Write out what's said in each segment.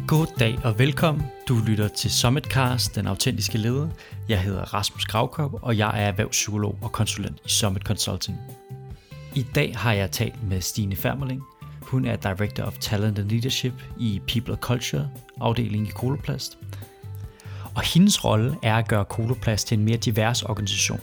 God dag og velkommen. Du lytter til Summitcast, den autentiske leder. Jeg hedder Rasmus Gravkop, og jeg er erhvervspsykolog og konsulent i Summit Consulting. I dag har jeg talt med Stine Fermerling. Hun er Director of Talent and Leadership i People and Culture, afdelingen i Coloplast. Og hendes rolle er at gøre Coloplast til en mere divers organisation.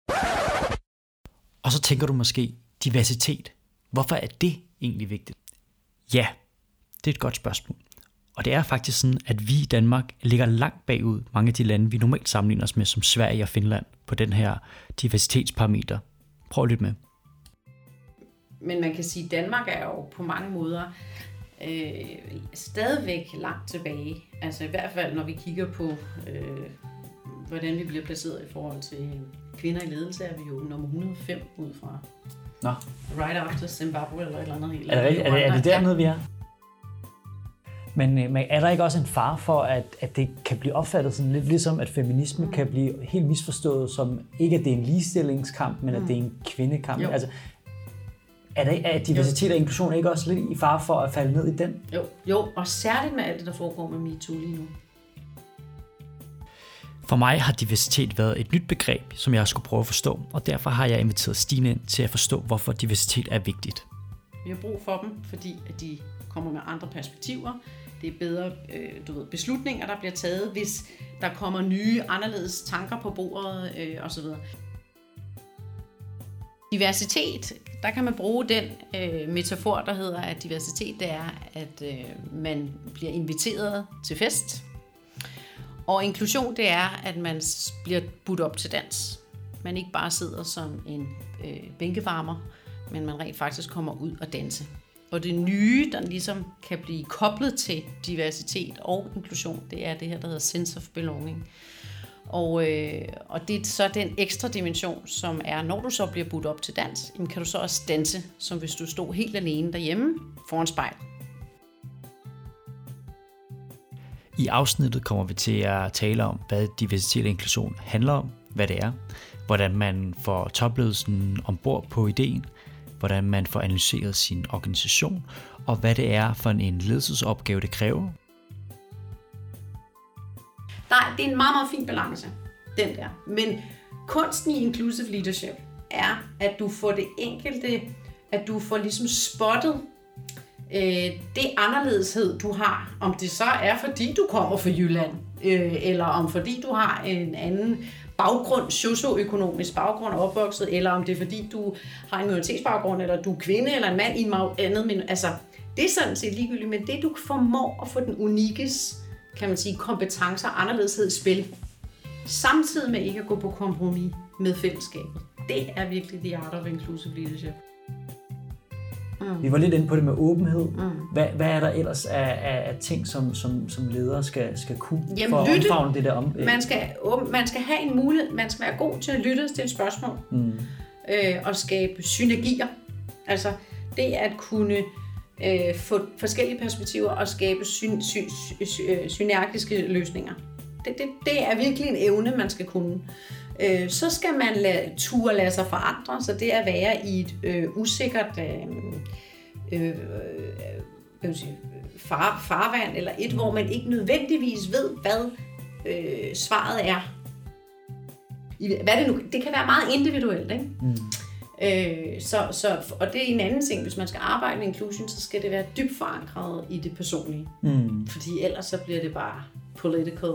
Og så tænker du måske, diversitet. Hvorfor er det egentlig vigtigt? Ja, det er et godt spørgsmål. Og det er faktisk sådan, at vi i Danmark ligger langt bagud mange af de lande, vi normalt sammenligner os med, som Sverige og Finland, på den her diversitetsparameter. Prøv lidt med. Men man kan sige, at Danmark er jo på mange måder stadigvæk langt tilbage. Altså i hvert fald, når vi kigger på, hvordan vi bliver placeret i forhold til kvinder i ledelse, er vi jo nummer 105 ud fra. Nå. Right after Zimbabwe eller et eller andet helt. Er det dernede, vi er? Men er der ikke også en fare for, at det kan blive opfattet sådan lidt ligesom, at feminisme kan blive helt misforstået som, ikke at det er en ligestillingskamp, men at det er en kvindekamp? Altså, er diversitet og inklusion ikke også lidt i fare for at falde ned i den? Jo, og særligt med alt det, der foregår med MeToo lige nu. For mig har diversitet været et nyt begreb, som jeg skulle prøve at forstå, og derfor har jeg inviteret Stine ind til at forstå, hvorfor diversitet er vigtigt. Vi har brug for dem, fordi at de kommer med andre perspektiver. Det er bedre beslutninger, der bliver taget, hvis der kommer nye, anderledes tanker på bordet osv. Diversitet, der kan man bruge den metafor, der hedder, at diversitet det er, at man bliver inviteret til fest. Og inklusion, det er, at man bliver budt op til dans. Man ikke bare sidder som en bænkevarmer, men man rent faktisk kommer ud og danse. Og det nye, der ligesom kan blive koblet til diversitet og inklusion, det er det her, der hedder sense of belonging. Og det er så den ekstra dimension, som er, når du så bliver budt op til dans, kan du så også danse, som hvis du stod helt alene derhjemme foran spejl. I afsnittet kommer vi til at tale om, hvad diversitet og inklusion handler om, hvad det er, hvordan man får topledelsen ombord på ideen, hvordan man får analyseret sin organisation, og hvad det er for en ledelsesopgave, det kræver. Det er en meget, meget fin balance, den der. Men kunsten i inclusive leadership er, at du får det enkelte, at du får ligesom spottet det anderledeshed, du har. Om det så er, fordi du kommer fra Jylland, eller om fordi du har en anden baggrund, socioøkonomisk baggrund opvokset, eller om det er fordi du har en minoritetsbaggrund, eller du er kvinde, eller en mand i en andet. Men altså, det er sådan set ligegyldigt, men det du formår at få den unikes, kan man sige, kompetencer og anderledeshed i spil, samtidig med ikke at gå på kompromis med fællesskabet. Det er virkelig the art of inclusive leadership. Vi var lidt inde på det med åbenhed. Hvad er der ellers af ting, som ledere skal kunne for at omfavne det der Man skal have en mulighed, man skal være god til at lytte og stille spørgsmål og skabe synergier. Altså det at kunne få forskellige perspektiver og skabe synergiske løsninger. Det er virkelig en evne, man skal kunne. Så skal man turde lade sig forandre, så det at være i et usikkert farvand, eller et, hvor man ikke nødvendigvis ved, hvad svaret er. Hvad det nu? Det kan være meget individuelt, ikke? Og det er en anden ting, hvis man skal arbejde med inclusion, så skal det være dybt forankret i det personlige. Fordi ellers så bliver det bare political.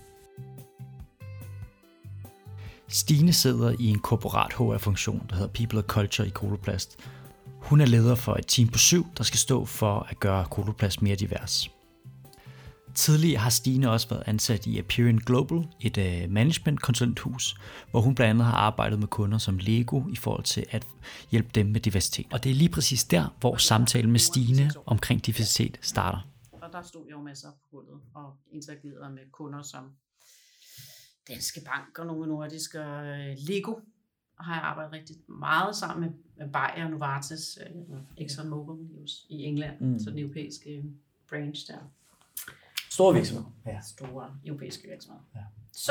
Stine sidder i en korporat HR-funktion, der hedder People and Culture i Coloplast. Hun er leder for et team på 7, der skal stå for at gøre Coloplast mere divers. Tidligere har Stine også været ansat i Aperion Global, et management-konsulenthus, hvor hun blandt andet har arbejdet med kunder som Lego i forhold til at hjælpe dem med diversitet. Og det er lige præcis der, hvor samtalen med Stine omkring diversitet starter. Og der stod jeg jo masser på gulvet og interagerede med kunder som Danske Bank og nogle nordiske Lego. Har jeg arbejdet rigtig meget sammen med Bayer, Novartis, Exxon Mobil i England, så den europæiske branch der. Store virksomheder. Ja. Store europæiske virksomheder. Ja. Så,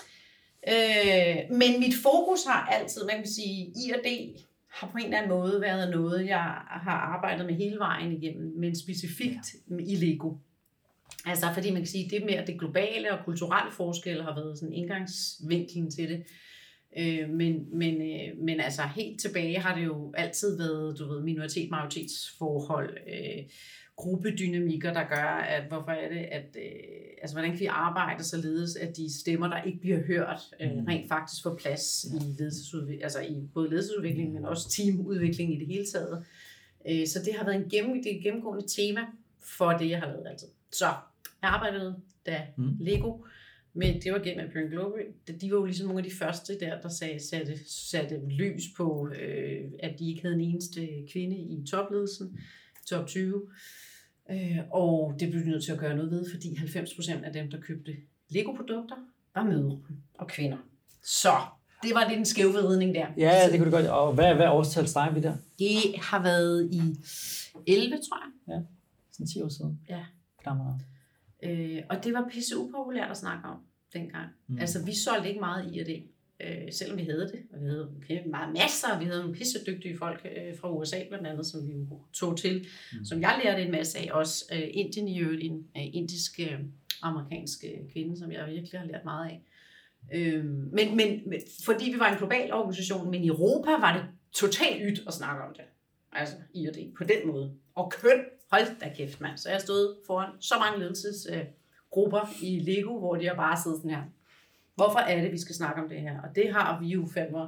men mit fokus har altid, man kan sige, I&D har på en eller anden måde været noget, jeg har arbejdet med hele vejen igennem, men specifikt i Lego. Altså, fordi man kan sige, det mere det globale og kulturelle forskel har været sådan indgangsvinklen til det. Men altså helt tilbage har det jo altid været, du ved, minoritet-majoritetsforhold, gruppedynamikker, der gør, at hvorfor er det, at altså hvordan kan vi arbejde således, at de stemmer, der ikke bliver hørt, rent faktisk får plads i ledelsesudvikling, altså i både ledelsesudvikling, men også teamudvikling i det hele taget. Så det har været et gennemgående tema for det, jeg har lavet altid. Så jeg arbejdede da Lego, men det var gennem Appearing Global. De var jo ligesom nogle af de første der satte lys på, at de ikke havde en eneste kvinde i topledelsen, top 20. Og det blev de nødt til at gøre noget ved, fordi 90% af dem, der købte Lego-produkter, var mødre og kvinder. Så det var lidt en skævvridning der. Ja, det kunne det godt. Og hvad årstal snakker vi der? Det har været i 11, tror jeg. Ja, sådan 10 år siden. Ja. Klammer. Og det var pisse upopulært at snakke om dengang. Altså, vi solgte ikke meget I&D, selvom vi havde det. Og vi havde meget masser. Vi havde nogle pissedygtige folk fra USA blandt andet, som vi jo tog til, som jeg lærte en masse af. Også Indien i øvrigt, en indisk amerikansk kvinde, som jeg virkelig har lært meget af. Men fordi vi var en global organisation, men i Europa var det totalt ydt at snakke om det. Altså I&D på den måde. Og køn, hold da kæft mand. Så jeg stod foran så mange ledelsesgrupper i Lego, hvor de har bare siddet sådan her. Hvorfor er det, vi skal snakke om det her? Og det har vi jo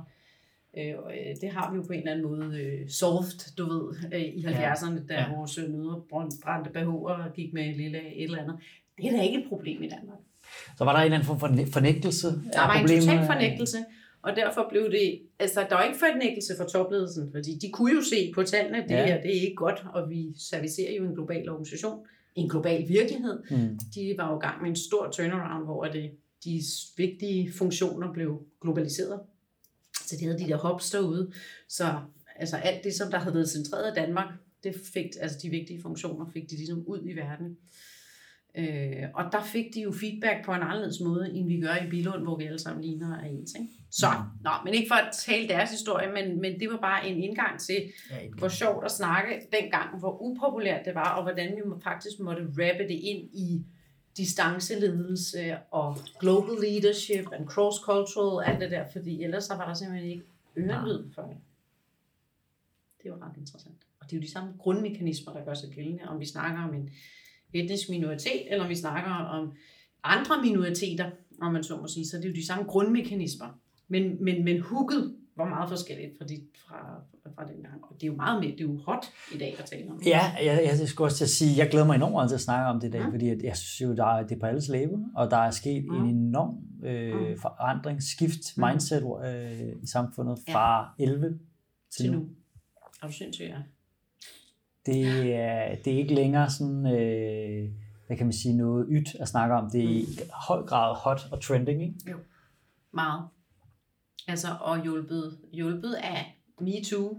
det har vi jo på en eller anden måde solved, du ved, i 70'erne, da vores mødre brændte BH'er og gik med lille et eller andet. Det er da ikke et problem i Danmark. Så var der en eller anden form for fornægtelse? Der var en total fornægtelse, og derfor blev det, altså der var ikke fornægtelse for topledelsen, fordi de kunne jo se på tallene, det her, det er ikke godt, og vi servicerer jo en global organisation, en global virkelighed. De var jo i gang med en stor turnaround, hvor de vigtige funktioner blev globaliseret. Så de havde de der hops derude. Så altså alt det, som der havde været centreret i Danmark, det fik, altså de vigtige funktioner, fik de ligesom ud i verden. Og der fik de jo feedback på en anderledes måde, end vi gør i Billund, hvor vi alle sammen ligner af ens. Ikke? Så, men ikke for at tale deres historie, men det var bare en indgang til, hvor sjovt at snakke dengang, hvor upopulært det var, og hvordan vi faktisk måtte rappe det ind i distanceledelse og global leadership and cross-cultural, alt det der, fordi ellers så var der simpelthen ikke ørenlyd for det. Det var ret interessant. Og det er jo de samme grundmekanismer, der gør sig gældende, om vi snakker om en etnisk minoritet, eller om vi snakker om andre minoriteter, om man så må sige, så det er jo de samme grundmekanismer. Men hooket var meget forskelligt fra den gang. Og det er jo meget mere, det er jo hot i dag at tale om det. Ja, jeg skulle også til at sige, jeg glæder mig enormt til at snakke om det i dag, fordi jeg synes jo, det er på alles læber, og der er sket en enorm forandring, skift, mindset i samfundet fra 11 til nu. Er du sindssygt, ja. Det er ikke længere sådan, hvad kan man sige, noget ydt at snakke om. Det er i høj grad hot og trending, ikke? Jo, meget. Altså, og hjulpet af MeToo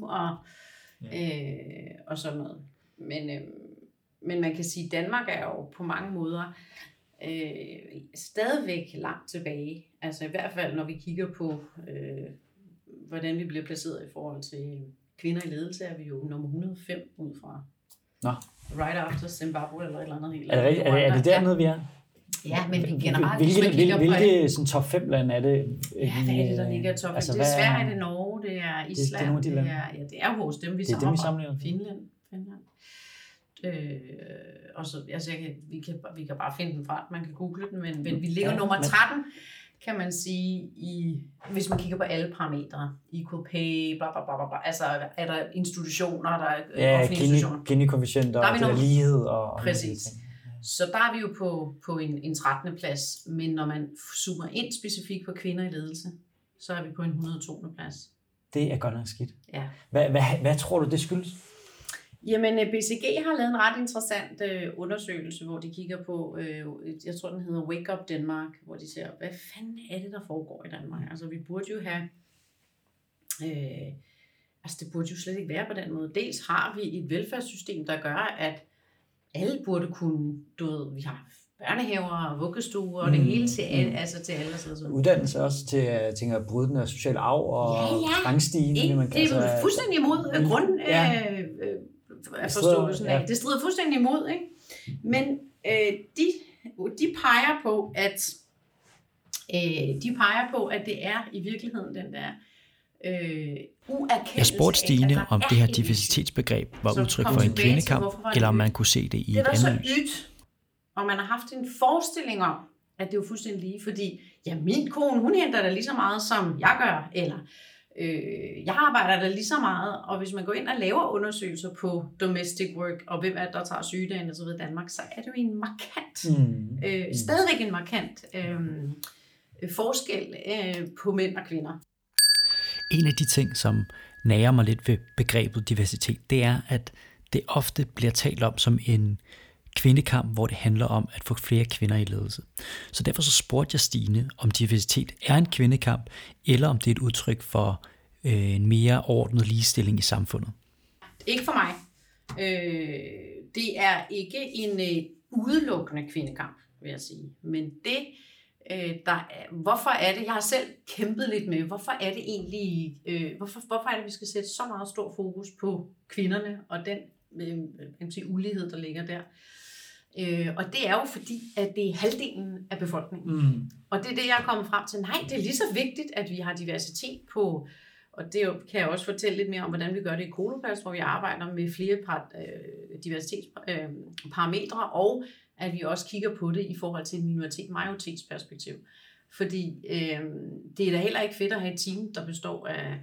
og sådan noget. Men man kan sige, at Danmark er jo på mange måder stadigvæk langt tilbage. Altså i hvert fald, når vi kigger på, hvordan vi bliver placeret i forhold til kvinder i ledelse, er vi jo nummer 105 ud fra. Right after Zimbabwe eller et eller andet helt. Er det dernede, vi er? Ja, men generelt, hvilke sådan top 5 lande er det? Ja, hvad er det, der ligger i top 5? Altså, det er Sverige, det er Norge, det er Island, det er hos dem, vi sammenligner. Finland. Og så, altså, vi kan bare finde den frem, man kan google den, men vi ligger nummer 13, kan man sige, hvis man kigger på alle parametre. Equal pay, bla bla bla bla. Altså, er der institutioner, der er offentlige institutioner. Gini-koefficienter, der lighed og... Præcis. Så der er vi jo på en 13. plads, men når man zoomer ind specifikt på kvinder i ledelse, så er vi på en 102. plads. Det er godt nok skidt. Ja. Hvad tror du, det skyldes? Jamen, BCG har lavet en ret interessant undersøgelse, hvor de kigger på, jeg tror, den hedder Wake Up Denmark, hvor de ser, hvad fanden er det, der foregår i Danmark? Altså, vi burde jo have... det burde jo slet ikke være på den måde. Dels har vi et velfærdssystem, der gør, at alle burde kunne, vi har børnehaver og vuggestuer og det hele til alle. Sådan. Uddannelse også til at bryde den af social arv og rangstige. Det er jo fuldstændig imod forståelsen af. Det strider fuldstændig imod, ikke? de peger på, at det er i virkeligheden den der uerkendelse. Jeg spurgte Stine, om det her diversitetsbegreb var udtryk for en kvindekamp, eller om man kunne se det i et andet lys. Det er så ydt, og man har haft en forestilling om, at det er jo fuldstændig lige, fordi min kone, hun henter da lige så meget, som jeg gør, eller jeg arbejder da lige så meget, og hvis man går ind og laver undersøgelser på domestic work, og hvem er der tager sygedagen og så videre i Danmark, så er det jo en markant, stadigvæk en markant forskel på mænd og kvinder. En af de ting, som nager mig lidt ved begrebet diversitet, det er, at det ofte bliver talt om som en kvindekamp, hvor det handler om at få flere kvinder i ledelse. Så derfor så spurgte jeg Stine, om diversitet er en kvindekamp, eller om det er et udtryk for en mere ordnet ligestilling i samfundet. Ikke for mig. Det er ikke en udelukkende kvindekamp, vil jeg sige. Men det, hvorfor er det, jeg har selv kæmpet lidt med, hvorfor er det egentlig, hvorfor er det, vi skal sætte så meget stor fokus på kvinderne og den ulighed, der ligger der. Og det er jo fordi, at det er halvdelen af befolkningen. Og det er det, jeg er kommet frem til. Nej, det er lige så vigtigt, at vi har diversitet på, og det kan jeg også fortælle lidt mere om, hvordan vi gør det i Coloplast, hvor vi arbejder med flere diversitetsparametre, og at vi også kigger på det i forhold til et minoritet-majoritetsperspektiv. Fordi det er da heller ikke fedt at have et team, der består af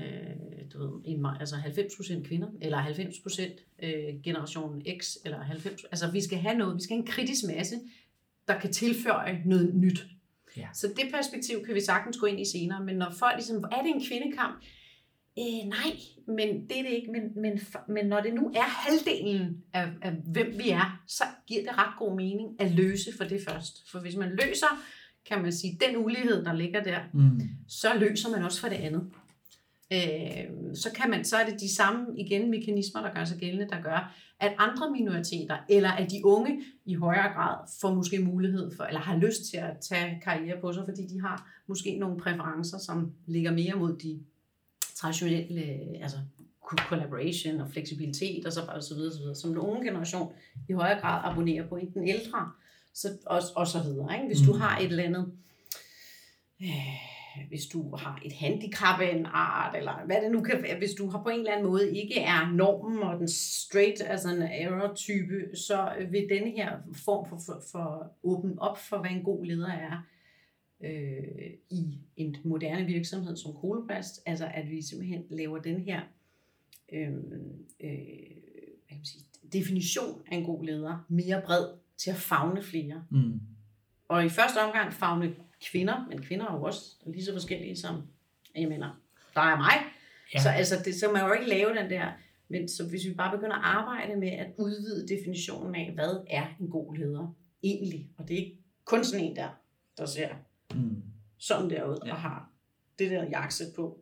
90% kvinder, eller 90% generation X, eller 90%. Altså vi skal have en kritisk masse, der kan tilføje noget nyt. Ja. Så det perspektiv kan vi sagtens gå ind i senere, men når folk ligesom, er det en kvindekamp? Nej, men det er det ikke. Men når det nu er halvdelen af hvem vi er, så giver det ret god mening at løse for det først. For hvis man løser, kan man sige, den ulighed, der ligger der, så løser man også for det andet. Så er det de samme igen mekanismer, der gør sig gældende, der gør, at andre minoriteter, eller at de unge i højere grad får måske mulighed for, eller har lyst til at tage karriere på sig, fordi de har måske nogle præferencer, som ligger mere mod de traditionelle, altså collaboration og fleksibilitet og så videre, som den unge generation i højere grad abonnerer på end den ældre, og så videre. Ikke? Hvis du har et eller andet, hvis du har et handicap af en art, eller hvad det nu kan være, hvis du har på en eller anden måde ikke er normen og den straight, altså en error-type, så vil denne her form for åbne op for, hvad en god leder er i en moderne virksomhed som Coloplast, altså at vi simpelthen laver den her definition af en god leder mere bred til at favne flere. Og i første omgang favne kvinder, men kvinder er jo også lige så forskellige som, jeg mener, der er mig. Ja. Så man jo ikke lave den der, men så hvis vi bare begynder at arbejde med at udvide definitionen af, hvad er en god leder egentlig, og det er ikke kun sådan en der ser sådan der ud, og har det der jakkesæt på.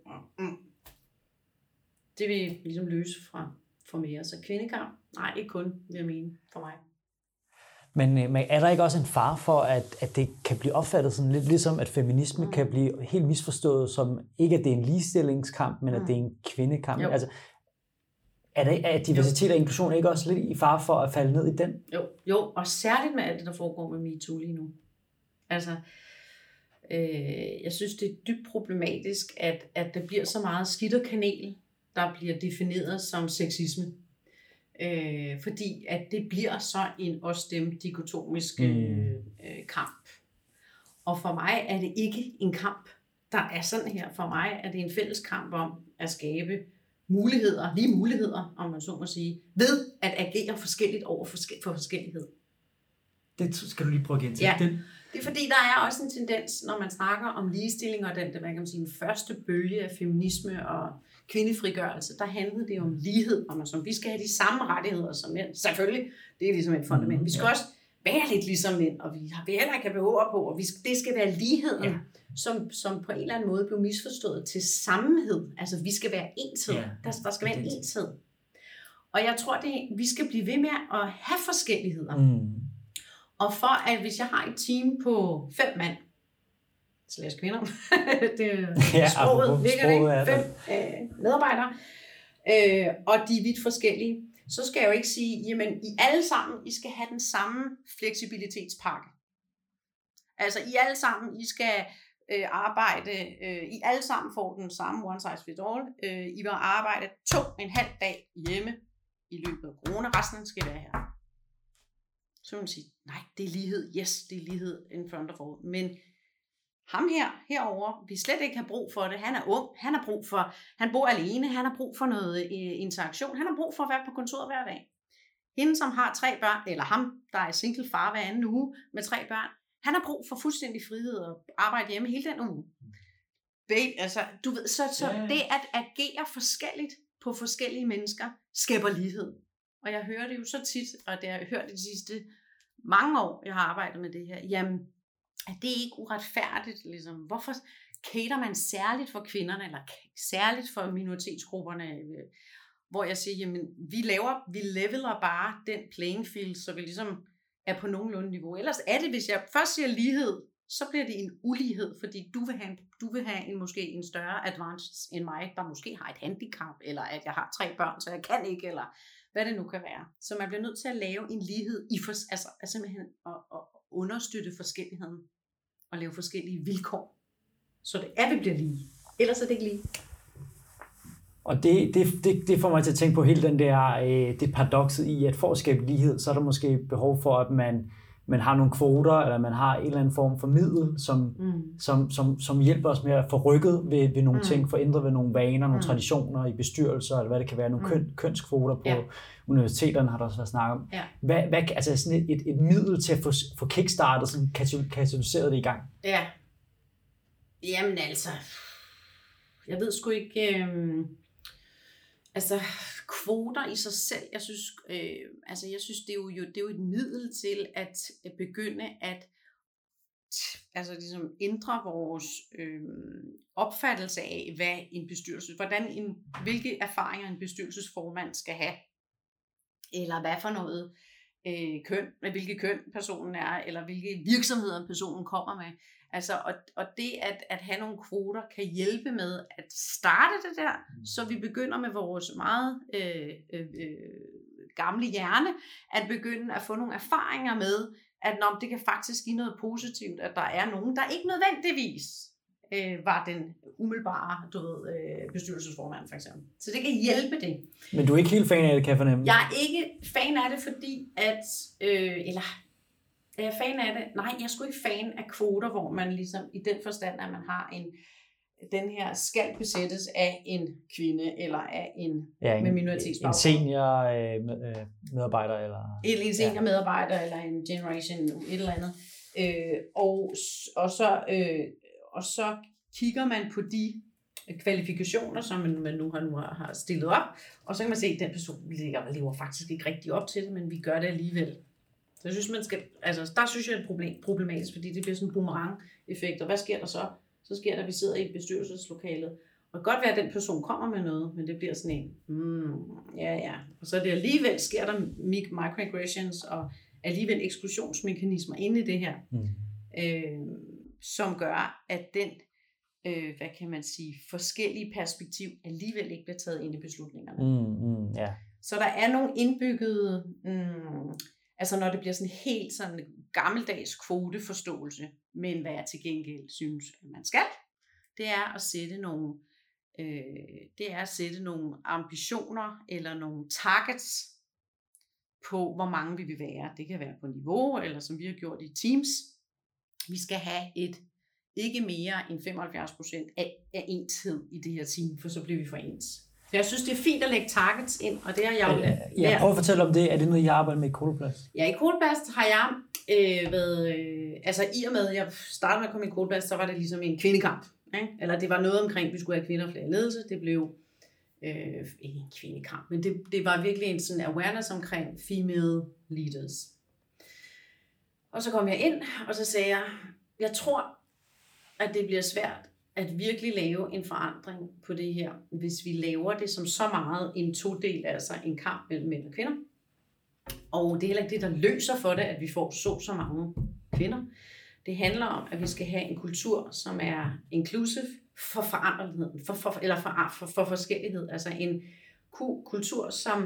Det vil ligesom løse for mere. Så kvindekamp, nej, ikke kun, vil jeg mene, for mig. Men er der ikke også en fare for, at det kan blive opfattet sådan lidt ligesom, at feminisme kan blive helt misforstået som, ikke at det er en ligestillingskamp, men at det er en kvindekamp? Altså, er diversitet og inklusion ikke også lidt i fare for at falde ned i den? Jo, og særligt med alt det, der foregår med MeToo lige nu. Altså, jeg synes, det er dybt problematisk, at der bliver så meget skidt og kanel, der bliver defineret som sexisme. Fordi at det bliver så en os-dem dikotomisk kamp. Og for mig er det ikke en kamp, der er sådan her. For mig er det en fælles kamp om at skabe muligheder, lige muligheder, om man så må sige, ved at agere forskelligt over for forskellighed. Det skal du lige prøve igen til. Ja. Det er fordi, der er også en tendens, når man snakker om ligestilling og den første bølge af feminisme og kvindefrigørelse, der handlede det om lighed, og som vi skal have de samme rettigheder som mænd. Selvfølgelig, det er ligesom et fundament. Vi skal også være lidt ligesom mænd, og vi heller ikke have behov på, og det skal være ligheden, som på en eller anden måde blev misforstået til sammenhed. Altså, vi skal være enshed. Der skal være en enshed. Og jeg tror, vi skal blive ved med at have forskelligheder. Og for at hvis jeg har et team på 5 mand, / kvinder, det er sproget, ligger det, 5 medarbejdere, og de er vidt forskellige, så skal jeg jo ikke sige, jamen I alle sammen, I skal have den samme fleksibilitetspakke. Altså I alle sammen, I skal arbejde, I alle sammen får den samme one size fits all. I vil arbejde 2,5 dag hjemme i løbet af corona, resten skal være her. Så vil man sige, nej, det er lighed. Yes, det er lighed in front of all. Men ham herover, vi slet ikke har brug for det. Han er ung, han bor alene, han har brug for noget interaktion, han har brug for at være på kontoret hver dag. Hende, som har 3 børn, eller ham, der er single far hver anden uge med 3 børn, han har brug for fuldstændig frihed og arbejde hjemme hele den uge. Altså, du ved, så det at agere forskelligt på forskellige mennesker, skaber lighed. Og jeg hører det jo så tit, og det har jeg hørt de sidste mange år, jeg har arbejdet med det her, jamen, at det er ikke uretfærdigt, ligesom. Hvorfor cater man særligt for kvinderne, eller særligt for minoritetsgrupperne, hvor jeg siger, jamen, vi leveler bare den playing field, så vi ligesom er på nogenlunde niveau. Ellers er det, hvis jeg først siger lighed, så bliver det en ulighed, fordi du vil have måske en større advantage end mig, der måske har et handicap, eller at jeg har 3 børn, så jeg kan ikke, eller hvad det nu kan være. Så man bliver nødt til at lave en lighed, altså simpelthen at understøtte forskelligheden, og lave forskellige vilkår, så det er, vi bliver lige. Ellers er det ikke lige. Og det får mig til at tænke på hele den der, det paradokset i, at for at skabe lighed, så er der måske behov for, at man har nogle kvoter, eller man har en eller anden form for middel, som hjælper os med at få rykket ved nogle ting, få ændret ved nogle vaner, nogle traditioner i bestyrelser, eller hvad det kan være, nogle kønskvoter på universiteterne, har der også været snakket om. Ja. Hvad, altså sådan et middel til at få kickstartet, sådan katalyseret det i gang? Ja. Jamen altså, jeg ved sgu ikke, altså kvoter i sig selv, jeg synes det er jo et middel til at begynde at ligesom ændre vores opfattelse af, hvad en bestyrelse, hvilke erfaringer en bestyrelsesformand skal have, eller hvad for noget hvilke køn personen er, eller hvilke virksomheder personen kommer med. Altså, og det at have nogle kvoter kan hjælpe med at starte det der, så vi begynder med vores meget gamle hjerne, at begynde at få nogle erfaringer med, at det kan faktisk give noget positivt, at der er nogen, der ikke nødvendigvis var den umiddelbare, bestyrelsesformand for eksempel. Så det kan hjælpe det. Men du er ikke helt fan af det, kan jeg fornemme? Jeg er ikke fan af det, fordi at, er jeg fan af det? Nej, jeg er sgu ikke fan af kvoter, hvor man ligesom i den forstand, at man har den her skal besættes af en kvinde, eller af en med minoritetsbaggrund. En senior medarbejder, eller... En senior medarbejder, eller en generation, et eller andet. Og så kigger man på de kvalifikationer, som man nu har stillet op, og så kan man se, at den person lever faktisk ikke rigtig op til det, men vi gør det alligevel. Så jeg synes, der synes jeg, det er problematisk, fordi det bliver sådan en boomerang-effekt, og hvad sker der så? Så sker der, at vi sidder i bestyrelseslokalet, og det kan godt være, at den person kommer med noget, men det bliver sådan en, og så det alligevel sker der microaggressions, og alligevel eksklusionsmekanismer inde i det her, som gør, at den, forskellige perspektiv alligevel ikke bliver taget ind i beslutningerne. Så der er nogle indbyggede, altså når det bliver sådan helt sådan gammeldags kvoteforståelse, men hvad jeg til gengæld synes, at man skal, det er at sætte nogle ambitioner eller nogle targets på, hvor mange vi vil være. Det kan være på niveau, eller som vi har gjort i Teams. Vi skal have ikke mere end 75% af enhed i det her team, for så bliver vi for ens. Så jeg synes, det er fint at lægge targets ind, og det har jeg jo lært. Prøv at fortælle om det. Er det noget, I arbejder med i Coloplast? Ja, i Coloplast har jeg været... i og med, at jeg startede med at komme i Coloplast, så var det ligesom en kvindekamp. Ikke? Eller det var noget omkring, at vi skulle have kvinder og flere ledelse. Det blev ikke en kvindekamp, men det var virkelig en sådan awareness omkring female leaders. Og så kom jeg ind, og så sagde jeg tror, at det bliver svært at virkelig lave en forandring på det her, hvis vi laver det som så meget en todel, altså en kamp mellem mænd og kvinder. Og det er heller ikke det, der løser for det, at vi får så mange kvinder. Det handler om, at vi skal have en kultur, som er inclusive for foranderligheden, for forskellighed. Altså en kultur, som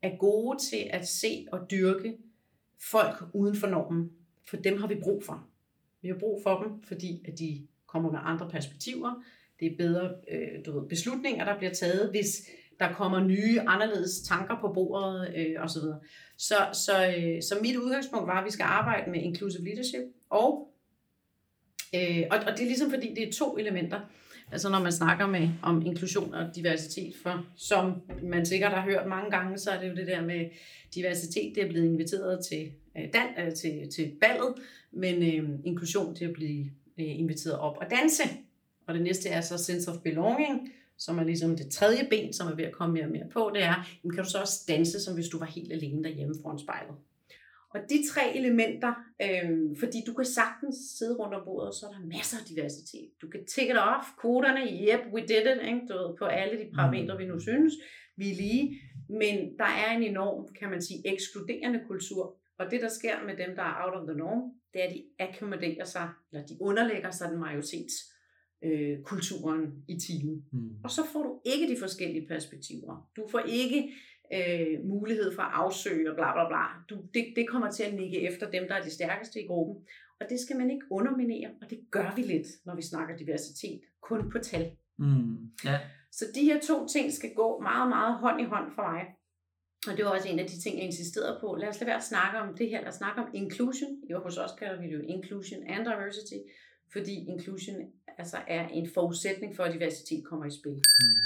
er gode til at se og dyrke folk uden for normen. For dem har vi brug for. Vi har brug for dem, fordi at de kommer med andre perspektiver. Det er bedre beslutninger, der bliver taget, hvis der kommer nye, anderledes tanker på bordet osv. Så mit udgangspunkt var, at vi skal arbejde med inclusive leadership. Og det er ligesom fordi, det er 2 elementer. Altså når man snakker om inklusion og diversitet, for som man sikkert har hørt mange gange, så er det jo det der med diversitet, det er blevet inviteret til ballet, men inklusion, det er blevet inviteret op og danse. Og det næste er så sense of belonging, som er ligesom det 3. ben, som er ved at komme mere og mere på, det er, kan du så også danse, som hvis du var helt alene derhjemme foran spejlet. Og de 3 elementer, fordi du kan sagtens sidde rundt om bordet, så er der masser af diversitet. Du kan tick it off, koderne, yep, we did it, ikke? Du ved, på alle de parametre, vi nu synes, vi er lige. Men der er en enorm, kan man sige, ekskluderende kultur. Og det, der sker med dem, der er out of the norm, det er, at de accommoderer sig, eller de underlægger sig den majoritetskulturen i teamet. Og så får du ikke de forskellige perspektiver. Du får ikke mulighed for at afsøge og bla bla bla. Det kommer til at ligge efter dem, der er de stærkeste i gruppen. Og det skal man ikke underminere, og det gør vi lidt, når vi snakker diversitet. Kun på tal. Ja. Så de her 2 ting skal gå meget, meget hånd i hånd for mig. Og det var også en af de ting, jeg insisterede på. Lad os lade være at snakke om det her. Lad os snakke om inclusion. Jo, hos os kalder vi det jo inclusion and diversity. Fordi inclusion altså er en forudsætning for, at diversitet kommer i spil.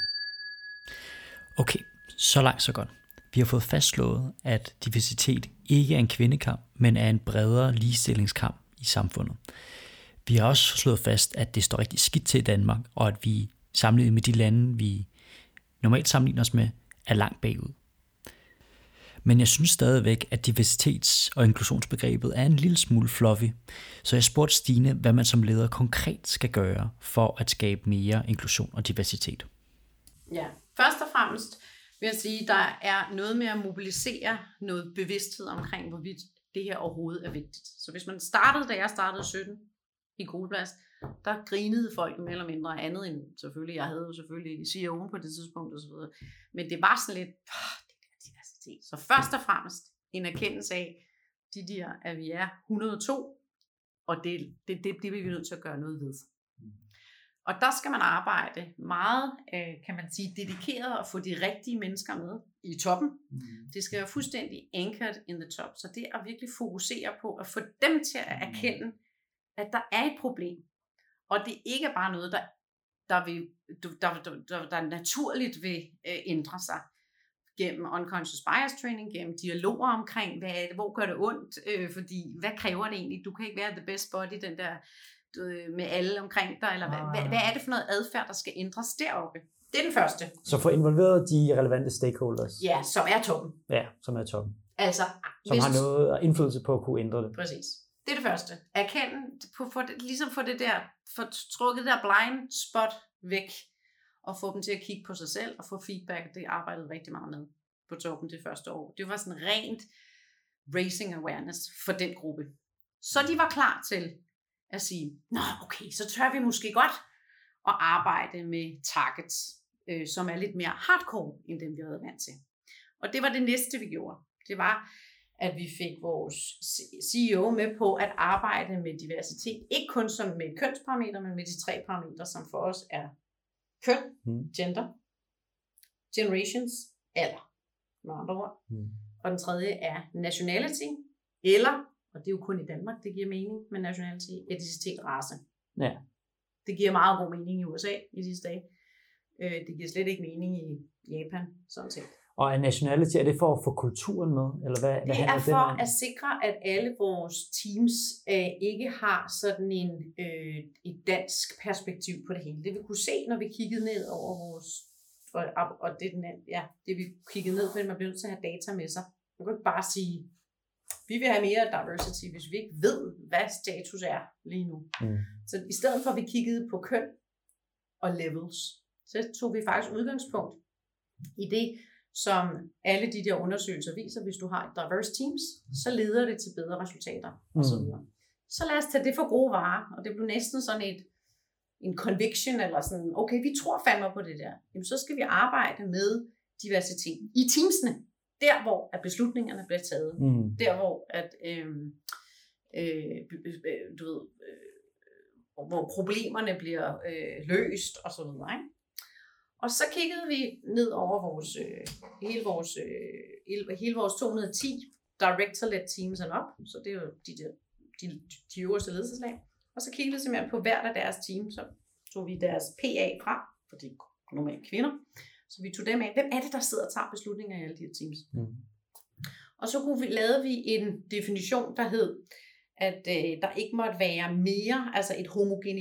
Okay, så langt så godt. Vi har fået fastslået, at diversitet ikke er en kvindekamp, men er en bredere ligestillingskamp i samfundet. Vi har også slået fast, at det står rigtig skidt til i Danmark, og at vi sammenlignet med de lande, vi normalt sammenligner os med, er langt bagud. Men jeg synes stadigvæk, at diversitets- og inklusionsbegrebet er en lille smule fluffy, så jeg spurgte Stine, hvad man som leder konkret skal gøre for at skabe mere inklusion og diversitet. Ja, først og fremmest vil jeg sige, at der er noget med at mobilisere noget bevidsthed omkring, hvorvidt det her overhovedet er vigtigt. Så hvis man startede, da jeg startede 17 i Koloplast, der grinede folk mere eller mindre andet end selvfølgelig. Jeg havde jo selvfølgelig CEO'en på det tidspunkt og så videre. Men det var sådan lidt, diversitet. Så først og fremmest en erkendelse af, at vi er 102, og det er vi nødt til at gøre noget ved. Og der skal man arbejde meget, kan man sige, dedikeret og få de rigtige mennesker med i toppen. Det skal være fuldstændig anchored in the top. Så det er at virkelig fokusere på at få dem til at erkende, at der er et problem. Og det ikke er bare noget, der naturligt vil ændre sig gennem unconscious bias training, gennem dialoger omkring, hvor gør det ondt, fordi hvad kræver det egentlig? Du kan ikke være the best body, den der med alle omkring dig, eller hvad er det for noget adfærd, der skal ændres deroppe? Det er den første. Så få involveret de relevante stakeholders. Ja, som er toppen. Ja, som er toppen. Altså, som har noget indflydelse på at kunne ændre det. Præcis. Det er det første. Erkende, ligesom få det der, få trukket der blind spot væk, og få dem til at kigge på sig selv, og få feedback. Det arbejdede rigtig meget med på toppen det første år. Det var sådan rent raising awareness for den gruppe. Så de var klar til at sige, nå okay, så tør vi måske godt at arbejde med targets, som er lidt mere hardcore, end dem vi havde vant til. Og det var det næste, vi gjorde. Det var, at vi fik vores CEO med på at arbejde med diversitet, ikke kun som med kønsparametre, men med de 3 parametre, som for os er køn, gender, generations, alder, med andre ord. Og den tredje er nationality, eller, og det er jo kun i Danmark, det giver mening med nationality, etnicitet, race. Ja. Det giver meget god mening i USA i disse dage. Det giver slet ikke mening i Japan, sådan set. Og er nationality, er det for at få kulturen med? Eller hvad det er for at sikre, at alle vores teams ikke har sådan et dansk perspektiv på det hele. Det vi kunne se, når vi kiggede ned over vores, og det vi kiggede ned på, at man bliver nødt til at have data med sig. Man kan ikke bare sige, vi vil have mere diversity, hvis vi ikke ved, hvad status er lige nu. Så i stedet for, at vi kiggede på køn og levels, så tog vi faktisk udgangspunkt i det, som alle de der undersøgelser viser. Hvis du har et diverse teams, så leder det til bedre resultater osv. Så lad os tage det for gode varer, og det blev næsten sådan en conviction, eller sådan, okay, vi tror fandme på det der. Jamen, så skal vi arbejde med diversitet i teamsene. der, hvor at beslutningerne bliver taget. Der, hvor at, du ved, hvor problemerne bliver løst og så videre, ikke? Og så kiggede vi ned over hele vores 210 director-led teams and up, så det er jo de øverste ledelseslag. Og så kiggede vi simpelthen på hvert af deres team, så tog vi deres PA fra, for det er normalt kvinder, så vi tog dem af. Hvem er det, der sidder og tager beslutninger i alle de her teams? Og så lavede vi en definition, der hed, at der ikke måtte være mere, altså et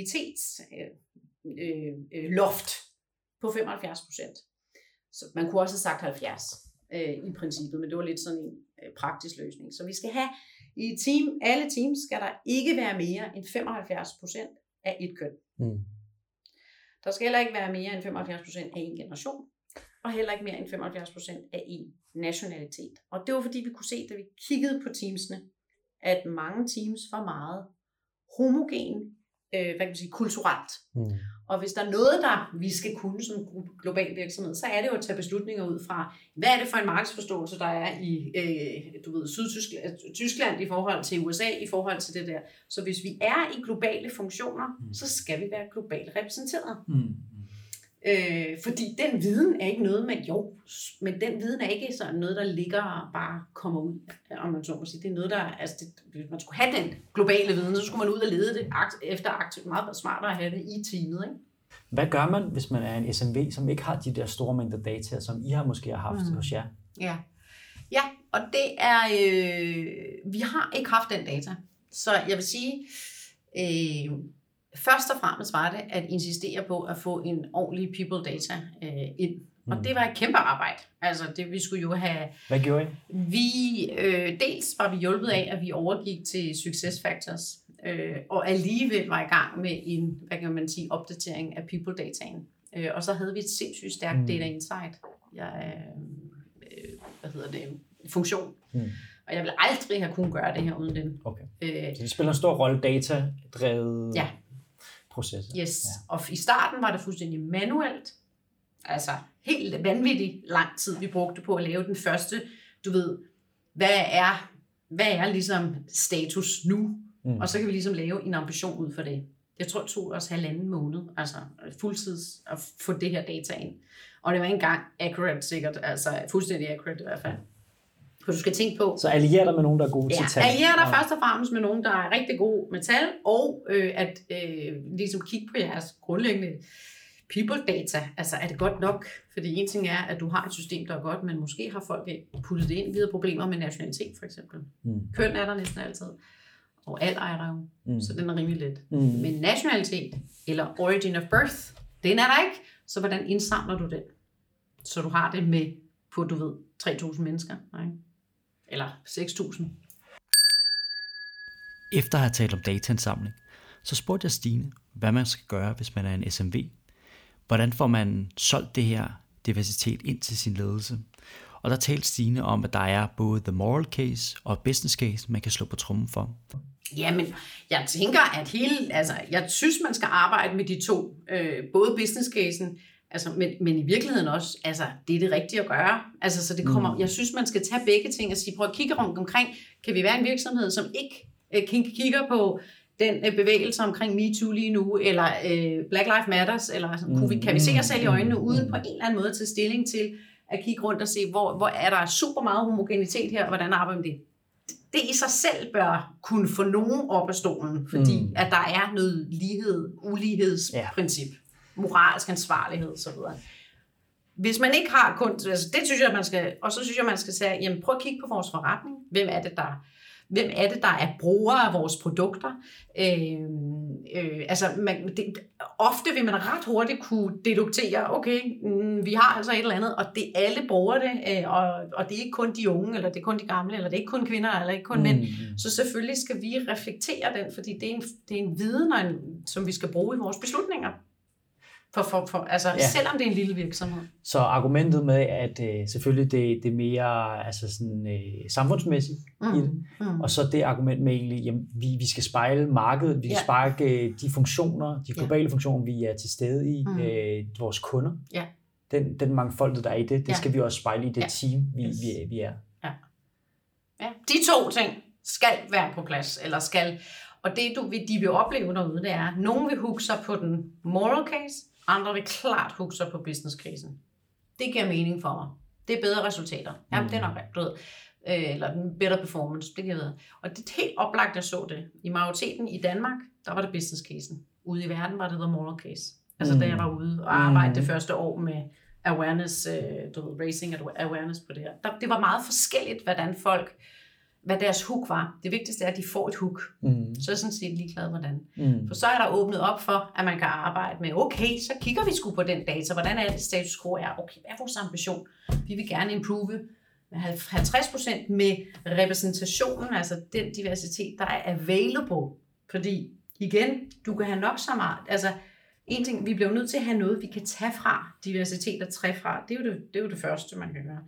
homogenitetsloft på 75%. Så man kunne også have sagt 70% i princippet, men det var lidt sådan en praktisk løsning. Så vi skal have i alle teams skal der ikke være mere end 75% af et køn. Der skal heller ikke være mere end 75% af en generation, og heller ikke mere end 75% af en nationalitet. Og det var fordi vi kunne se, da vi kiggede på teamsene, at mange teams var meget homogen, kulturelt. Og hvis der er noget, vi skal kunne som global virksomhed, så er det jo at tage beslutninger ud fra, hvad er det for en markedsforståelse, der er i Tyskland i forhold til USA, i forhold til det der. Så hvis vi er i globale funktioner, så skal vi være globalt repræsenteret. Fordi den viden er ikke noget med men den viden er ikke sådan noget, der ligger og bare kommer ud, om man så må sige. Det er noget, hvis man skulle have den globale viden, så skulle man ud og lede det efter aktivt, meget smartere at have det i teamet, ikke? Hvad gør man, hvis man er en SMV, som ikke har de der store mængder data, som I har måske haft hos jer? Ja, og det er, vi har ikke haft den data. Så jeg vil sige, først og fremmest var det at insistere på at få en ordentlig people data ind. Og det var et kæmpe arbejde. Altså det vi skulle jo have... Hvad gjorde I? Dels var vi hjulpet af, at vi overgik til SuccessFactors, og alligevel var i gang med en, opdatering af people dataen. Og så havde vi et sindssygt stærkt data insight. Funktion. Og jeg ville aldrig have kunnet gøre det her uden den. Okay. Så det spiller en stor rolle, data-drevet processer. Yes. Ja. Og i starten var det fuldstændig manuelt. Altså helt vanvittigt lang tid, vi brugte på at lave den første, du ved, hvad er ligesom status nu? Og så kan vi ligesom lave en ambition ud for det. Jeg tror, det tog os 1,5 måned, altså fuldtids at få det her data ind. Og det var ikke engang accurate sikkert, altså fuldstændig accurate i hvert fald. For du skal tænke på... Så allierer dig med nogen, der er gode til tal. Allierer dig først og fremmest med nogen, der er rigtig gode med tal, og ligesom kigge på jeres grundlæggende people data. Altså er det godt nok? Fordi en ting er, at du har et system, der er godt, men måske har folk puttet det ind videre problemer med nationalitet for eksempel. Køn er der næsten altid. Og alder er der jo, så den er rimelig let. Men nationalitet, eller origin of birth, den er der ikke. Så hvordan indsamler du den? Så du har det med på, 3.000 mennesker, ikke? Eller 6.000. Efter at have talt om dataindsamling, så spurgte jeg Stine, hvad man skal gøre, hvis man er en SMV. Hvordan får man solgt det her diversitet ind til sin ledelse? Og der talte Stine om, at der er både the moral case og business case, man kan slå på trommen for. Jamen, jeg tænker, at jeg synes, man skal arbejde med de to. Både business casen, altså, men i virkeligheden også, altså, det er det rigtige at gøre. Altså, så det kommer, jeg synes, man skal tage begge ting og sige, prøv at kigge rundt omkring. Kan vi være en virksomhed, som ikke kigger på den bevægelse omkring MeToo lige nu, eller Black Lives Matters, eller kan vi se os selv i øjnene, uden på en eller anden måde til stilling til at kigge rundt og se, hvor er der super meget homogenitet her, og hvordan arbejder vi med det? Det i sig selv bør kunne få nogen op af stolen, fordi at der er noget ulighedsprincip, moralsk ansvarlighed osv. Hvis man ikke har kun, altså det synes jeg, man skal, og så synes jeg, man skal sige, jamen prøv at kigge på vores forretning. Hvem er det, der er brugere af vores produkter? Ofte vil man ret hurtigt kunne deduktere, okay, vi har altså et eller andet, og det alle bruger det, og det er ikke kun de unge, eller det er kun de gamle, eller det er ikke kun kvinder, eller ikke kun mænd. Så selvfølgelig skal vi reflektere den, fordi det er en viden, som vi skal bruge i vores beslutninger. Selvom det er en lille virksomhed. Så argumentet med, at selvfølgelig det er mere samfundsmæssigt i det, og så det argument med egentlig, jamen, vi skal spejle markedet, vi skal spejle de funktioner, de globale funktioner, vi er til stede i, vores kunder. Ja. den mangfoldighed, der er i det skal vi også spejle i det team, vi er. Ja. De 2 ting skal være på plads, eller skal, og det de vil opleve derude, det er, nogen vil hooke sig på den moral case, andre vil klart hooke sig på business casen. Det giver mening for mig. Det er bedre resultater. Jamen, det er nok rigtigt, du ved. Eller better performance, det giver ved. Og det er helt oplagt, jeg så det. I majoriteten i Danmark, der var det business casen. Ude i verden var det the moral case. Altså da jeg var ude og arbejdede det første år med awareness, raising awareness på det her. Det var meget forskelligt, hvad deres hook var. Det vigtigste er, at de får et hook. Så er jeg sådan set ligeglad, hvordan. For så er der åbnet op for, at man kan arbejde med, okay, så kigger vi sgu på den data. Hvordan er det status quo er? Okay, hvad er vores ambition? Vi vil gerne improve 50% med repræsentationen, altså den diversitet, der er available. Fordi, igen, du kan have nok så meget. Altså, en ting, vi bliver nødt til at have noget, vi kan tage fra, diversitet og tage fra. Det er jo det første, man kan gøre.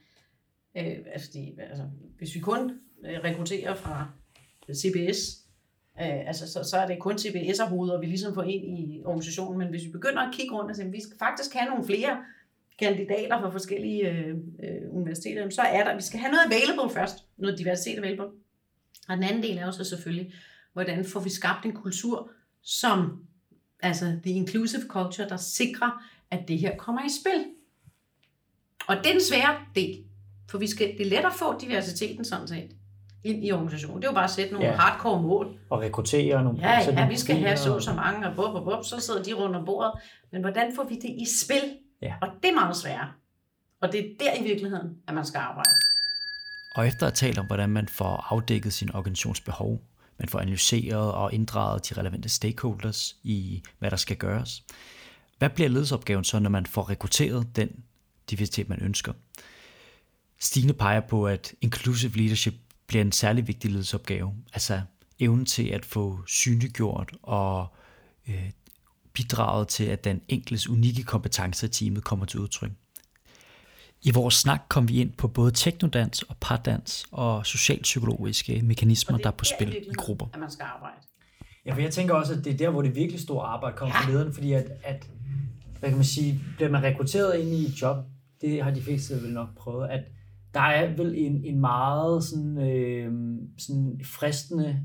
Hvis vi kun rekrutterer fra CBS, så er det kun CBS-hoveder, vi ligesom får ind i organisationen, men hvis vi begynder at kigge rundt og sige, at vi skal faktisk have nogle flere kandidater fra forskellige universiteter, så er vi skal have noget available først, noget diversitet available. Og den anden del er jo så selvfølgelig, hvordan får vi skabt en kultur, som, altså the inclusive culture, der sikrer, at det her kommer i spil. Og det er den svære del, for det er let at få diversiteten sådan set ind i organisationen. Det er jo bare at sætte nogle hardcore mål. Og rekruttere nogle. Ja, vi skal have så mange, og så sidder de rundt om bordet. Men hvordan får vi det i spil? Ja. Og det er meget svært. Og det er der i virkeligheden, at man skal arbejde. Og efter at tale om, hvordan man får afdækket sin organisationsbehov, man får analyseret og inddraget de relevante stakeholders i, hvad der skal gøres. Hvad bliver ledelsesopgaven så, når man får rekrutteret den diversitet, man ønsker? Stine peger på, at inclusive leadership bliver en særlig vigtig ledelsesopgave. Altså evnen til at få synliggjort og bidraget til, at den enkeltes unikke kompetencer i teamet kommer til udtryk. I vores snak kom vi ind på både teknodans og pardans og socialpsykologiske mekanismer, der er på spil i grupper. At man skal arbejde. Ja, for jeg tænker også, at det er der, hvor det virkelig store arbejde kommer fra lederne, fordi at hvad kan man sige, bliver man rekrutteret ind i et job, det har de fleste vel nok prøvet, at der er vel en meget sådan fristende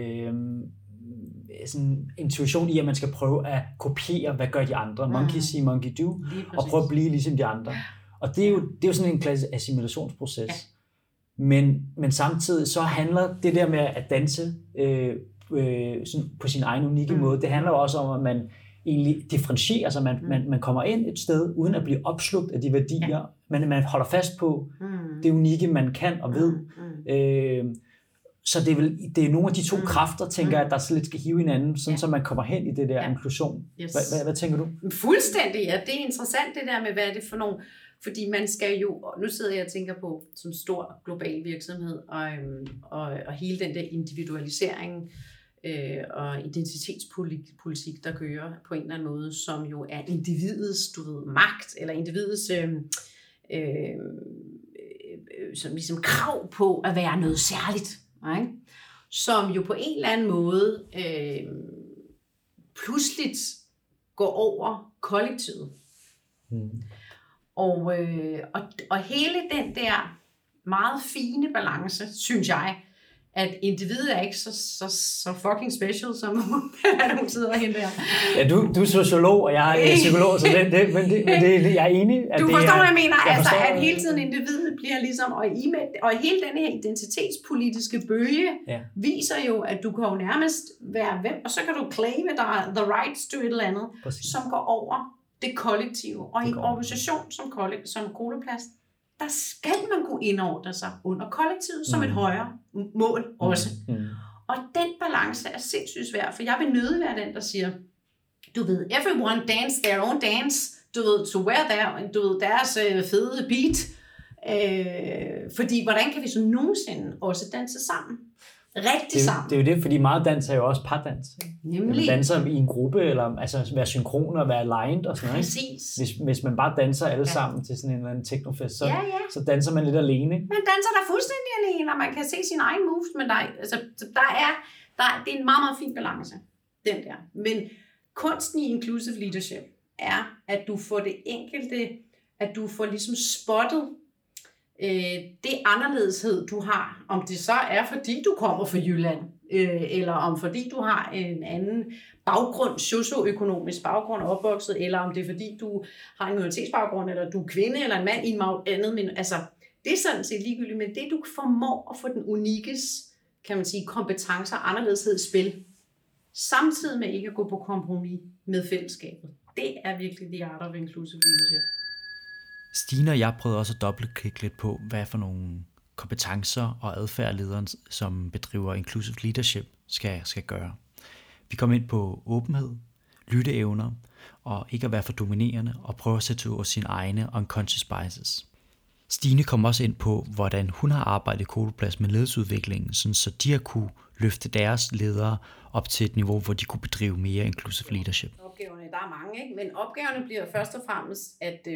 sådan intuition i, at man skal prøve at kopiere, hvad gør de andre. Monkey see, monkey do, og prøve at blive ligesom de andre. Og det er jo sådan en klassisk assimilationsproces. Ja. Men samtidig så handler det der med at danse sådan på sin egen unikke måde, det handler jo også om, at man egentlig differentierer sig, man kommer ind et sted, uden at blive opslugt af de værdier, men man holder fast på det unikke, man kan og ved. Så det er nogle af de 2 kræfter, tænker jeg, der så lidt skal hive hinanden, sådan så man kommer hen i det der inklusion. Yes. Hvad tænker du? Fuldstændig, ja. Det er interessant det der med, hvad er det for nogle, fordi man skal jo, nu sidder jeg og tænker på sådan en stor global virksomhed, og hele den der individualisering, og identitetspolitik, der kører på en eller anden måde, som jo er individets magt, eller individets som ligesom krav på at være noget særligt, ikke? Som jo på en eller anden måde pludseligt går over kollektivet. Og hele den der meget fine balance, synes jeg, at individet er ikke så fucking special, som hun sidder hen der. Ja, du er sociolog, og jeg er psykolog, så jeg er enig. At du forstår, hvad jeg mener? Altså, at hele tiden individet bliver ligesom, og hele den her identitetspolitiske bølge viser jo, at du kan jo nærmest være hvem, og så kan du claime dig the rights to et eller andet, som går over det kollektive. Og i en organisation som Coloplast, der skal man kunne indordne sig under kollektivet som et højere mål også. Og den balance er sindssygt svær, for jeg vil nødig være den, der siger, du ved, everyone dance their own dance, du ved, to wear deres fede beat. Fordi hvordan kan vi så nogensinde også danse sammen? Sammen. Det er jo det, fordi meget dans er jo også pardans. Nemlig. Man danser i en gruppe, eller altså være synkron og være aligned og sådan noget. Præcis. Hvis man bare danser alle sammen til sådan en eller anden technofest, så danser man lidt alene. Man danser der fuldstændig alene, og man kan se sin egen moves, men det er en meget, meget fin balance, den der. Men kunsten i inclusive leadership er, at du får det enkelte at du får ligesom spottet det anderledeshed, du har. Om det så er, fordi du kommer fra Jylland, eller om fordi du har en anden baggrund, socioøkonomisk baggrund opvokset, eller om det er fordi du har en minoritetsbaggrund, eller du er kvinde, eller en mand i en andet. Altså, det er sådan set ligegyldigt, men det du formår at få den unikes, kan man sige, kompetencer og anderledeshed i spil, samtidig med ikke at gå på kompromis med fællesskabet. Det er virkelig the art of inclusive leadership. Stine og jeg prøvede også at dobbeltklikke lidt på, hvad for nogle kompetencer og adfærd lederen, som bedriver inclusive leadership, skal gøre. Vi kom ind på åbenhed, lytteevner og ikke at være for dominerende og prøve at sætte over sine egne unconscious biases. Stine kom også ind på, hvordan hun har arbejdet i Coloplast med ledelsesudviklingen, så de har kunne løfte deres ledere op til et niveau, hvor de kunne bedrive mere inclusive leadership. Opgaverne, der er mange, ikke? Men opgaverne bliver først og fremmest, at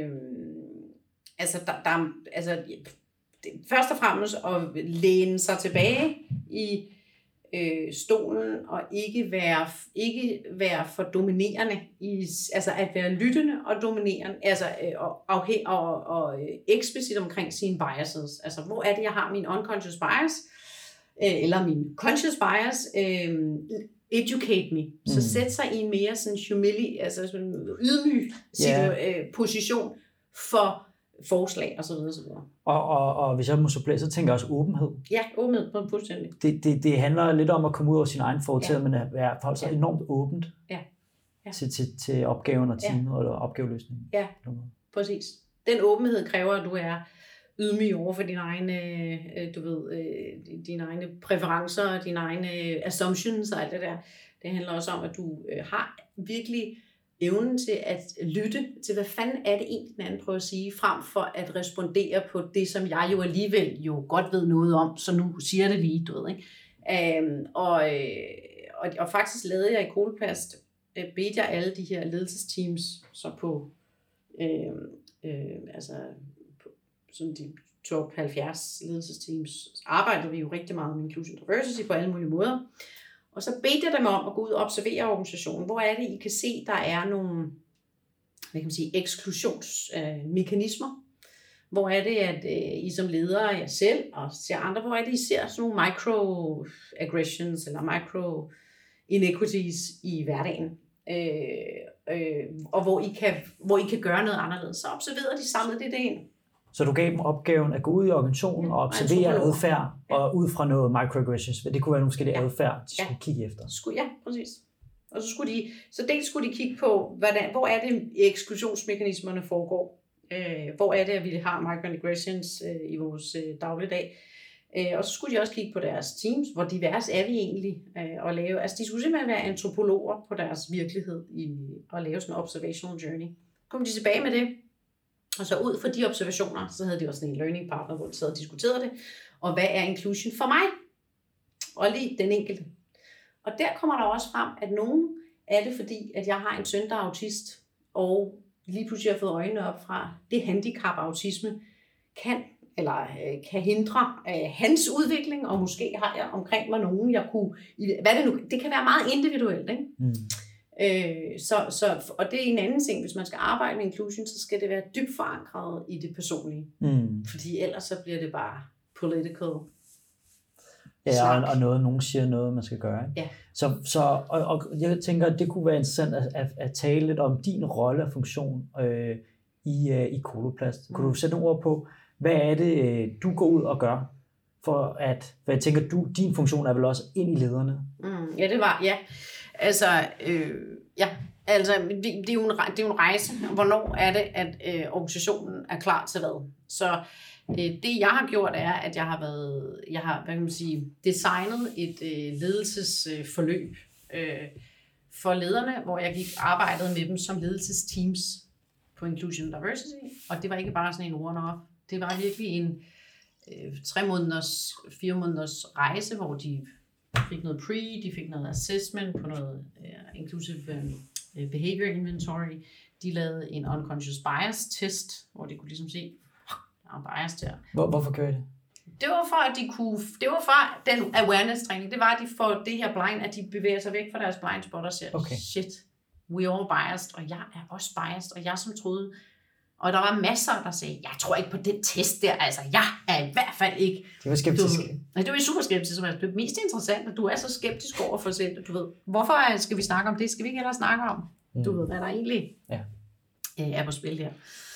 først og fremmest at læne sig tilbage i stolen og ikke være for dominerende, altså at være lyttende og dominerende, altså og eksplicit omkring sine biases. Altså hvor er det, jeg har min unconscious bias, eller min conscious bias, educate me. Så sæt sig i en mere sådan ydmyg position for forslag og så videre, så videre. Og hvis jeg må supplere, så tænker jeg også åbenhed. Ja, åbenhed på fuldstændig. Det handler lidt om at komme ud over sin egen fortid, men at forholde sig enormt åbent til opgaven og teamet og opgaveløsningen. Ja, præcis. Den åbenhed kræver, at du er ydmyg over for dine egne, dine egne præferencer, dine egne assumptions og alt det der. Det handler også om, at du har virkelig evnen til at lytte til, hvad fanden er det egentlig, den anden prøver at sige, frem for at respondere på det, som jeg jo alligevel jo godt ved noget om, så nu siger det lige, du ved, ikke? Og faktisk lavede jeg i Coloplast, bedte jeg alle de her ledelsesteams, så på, sådan de top 70 ledelsesteams, arbejdede vi jo rigtig meget med inclusion diversity på alle mulige måder. Og så bedte jeg dem om at gå ud og observere organisationen. Hvor er det, I kan se, der er nogle eksklusionsmekanismer? Hvor er det, at I som ledere, jer selv og ser andre, hvor er det, I ser sådan nogle microaggressions eller micro-inequities i hverdagen? Og hvor I kan gøre noget anderledes. Så observerede de samlet det ind. Så du gav dem opgaven at gå ud i organisationen og observere adfærd, og ud fra noget microaggressions. Det kunne være nogle forskellige adfærd, de skulle kigge efter. Ja, præcis. Og så dels skulle de kigge på, hvor er det, eksklusionsmekanismerne foregår. Hvor er det, at vi har microaggressions i vores dagligdag. Og så skulle de også kigge på deres teams, hvor divers er vi egentlig at lave. Altså de skulle simpelthen være antropologer på deres virkelighed og lave sådan en observational journey. Kom de tilbage med det. Og så ud fra de observationer, så havde de også en learning partner, hvor de sad og diskuterede det. Og hvad er inclusion for mig? Og lige den enkelte. Og der kommer der også frem, at nogen er det, fordi at jeg har en søn, der er autist, og lige pludselig har fået øjnene op fra, det handicap autisme kan hindre hans udvikling, og måske har jeg omkring mig nogen, jeg kunne... Hvad det nu? Det kan være meget individuelt, ikke? Og det er en anden ting, hvis man skal arbejde med inclusion, så skal det være dybt forankret i det personlige. Fordi ellers så bliver det bare political. Ja, og nogen siger noget, man skal gøre. Ikke? Ja. Og jeg tænker, at det kunne være interessant at tale lidt om din rolle og funktion i Coloplast. Kunne du sætte nogle ord på, hvad er det, du går ud og gør? For jeg tænker, din funktion er vel også ind i lederne? Ja, det var, ja. Altså, det er jo en rejse. Hvornår er det, at organisationen er klar til hvad? Så det jeg har gjort er, at jeg har designet et ledelsesforløb for lederne, hvor jeg arbejdede med dem som ledelsesteams på Inclusion Diversity, og det var ikke bare sådan en one-off. Det var virkelig en 4 måneders rejse, hvor de fik noget de fik noget assessment på noget inclusive behavior inventory. De lavede en unconscious bias test, hvor de kunne ligesom se, der er bias der. Hvorfor gør I det? Det var for, at det var for den awareness træning. Det var, at de får det her blind, at de bevæger sig væk fra deres blind spot og siger, shit, we all biased, og jeg er også biased, og jeg som troede, Og der var masser, der sagde, jeg tror ikke på den test der, altså jeg er i hvert fald ikke... Det var skeptisk. Det var super skeptisk, det er mest interessant, at du er så skeptisk over for selv, du ved, hvorfor skal vi snakke om det? Skal vi ikke hellere snakke om, du ved, hvad der egentlig er på spil her.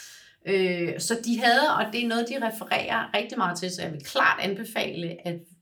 Så de havde, og det er noget, de refererer rigtig meget til, så jeg vil klart anbefale,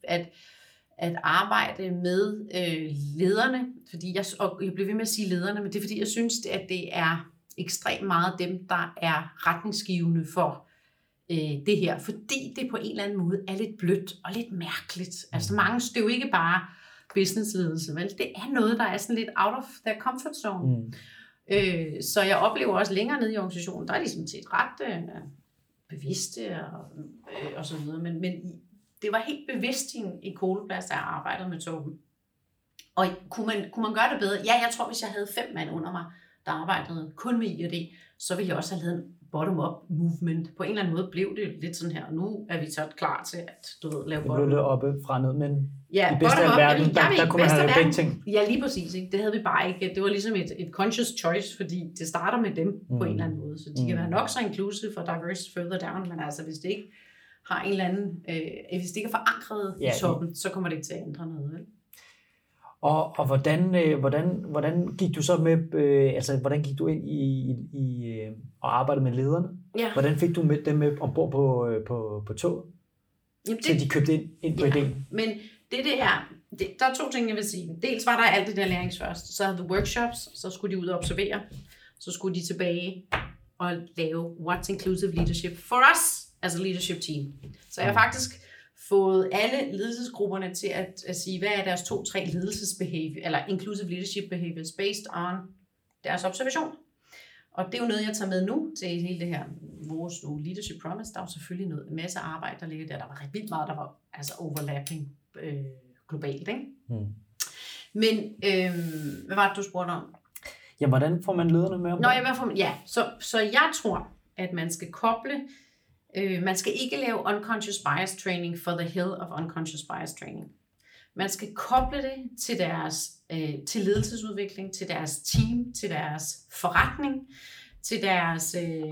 at arbejde med lederne, fordi jeg bliver ved med at sige lederne, men det er fordi, jeg synes, at det er ekstremt meget dem, der er retningsgivende for det her, fordi det på en eller anden måde er lidt blødt og lidt mærkeligt. Altså mange, det er jo ikke bare businessledelse, vel? Det er noget, der er sådan lidt out of their comfort zone. Så jeg oplever også længere nede i organisationen, der er ligesom til et ret bevidste og så videre, men det var helt bevidst i Coloplast, der arbejdede med Torben. Og kunne man gøre det bedre? Ja, jeg tror, hvis jeg havde 5 mand under mig, der arbejdede kun med IRD, så ville jeg også have lavet en bottom-up movement. På en eller anden måde blev det lidt sådan her, og nu er vi så klar til at lave bottom-up. Nu blev det oppe fra ned, men ja, i bedste af verden, der kunne man have begge ting. Ja, lige præcis. Ikke? Det havde vi bare ikke. Det var ligesom et conscious choice, fordi det starter med dem på en eller anden måde. Så de kan være nok så inclusive for diverse further down, men altså hvis det ikke har en eller anden, hvis det ikke er forankret i toppen, så kommer det ikke til at ændre noget. Vel? Og hvordan gik du så med, altså hvordan gik du ind i at arbejde med lederne? Ja. Hvordan fik du med dem med ombord på toget? Jamen så de købte ind på ideen? Men det er, der er 2 ting, jeg vil sige. Dels var der alt det der lærings først. Så havde vi workshops, så skulle de ud og observere. Så skulle de tilbage og lave What's Inclusive Leadership for us as a leadership team. Så jeg har faktisk fået alle ledelsesgrupperne til at sige, hvad er deres 2-3 ledelsesbehavior, eller inclusive leadership behaviors based on deres observation. Og det er jo noget, jeg tager med nu til hele det her, vores leadership promise. Der er jo selvfølgelig en masse arbejde, der ligger der. Der var ret vildt meget, der var altså overlapping globalt, ikke? Men hvad var det, du spurgte om? Ja, hvordan får man lederne med om det? Så jeg tror, at man skal koble. Man skal ikke lave unconscious bias training for the hell of unconscious bias training. Man skal koble det til til ledelsesudvikling, til deres team, til deres forretning, til deres